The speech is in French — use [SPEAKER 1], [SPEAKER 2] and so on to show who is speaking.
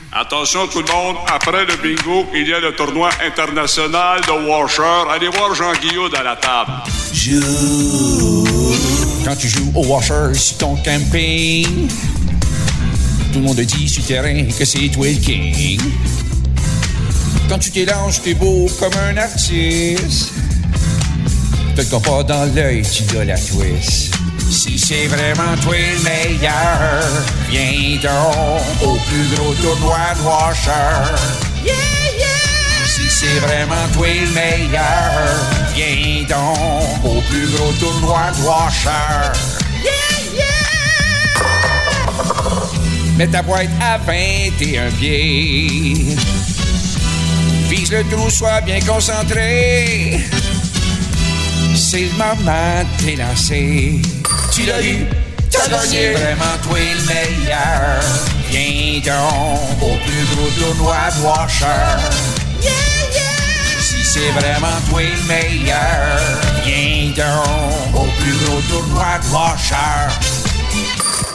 [SPEAKER 1] Attention tout le monde, après le bingo, il y a le tournoi international de Washer. Allez voir Jean Guillaume à la table.
[SPEAKER 2] Quand tu joues au Washer sur ton camping, tout le monde dit sur le terrain que c'est toi le king. Quand tu t'élanges, t'es beau comme un artiste. T'as le compas dans l'œil, tu dois la twist. Si c'est vraiment toi le meilleur, viens donc au plus gros tournoi de Washer. Yeah, yeah! Si c'est vraiment toi le meilleur, viens donc au plus gros tournoi de Washer. Yeah, yeah! Mets ta boîte à 21 pieds. Vise le trou, sois bien concentré. C'est le moment de t'élancer. Tu l'as eu, t'as gagné. C'est vraiment toi le meilleur. Viens donc au plus gros tournoi de Washer. Yeah, yeah! Si c'est vraiment toi le meilleur, viens donc au plus gros tournoi de Washer.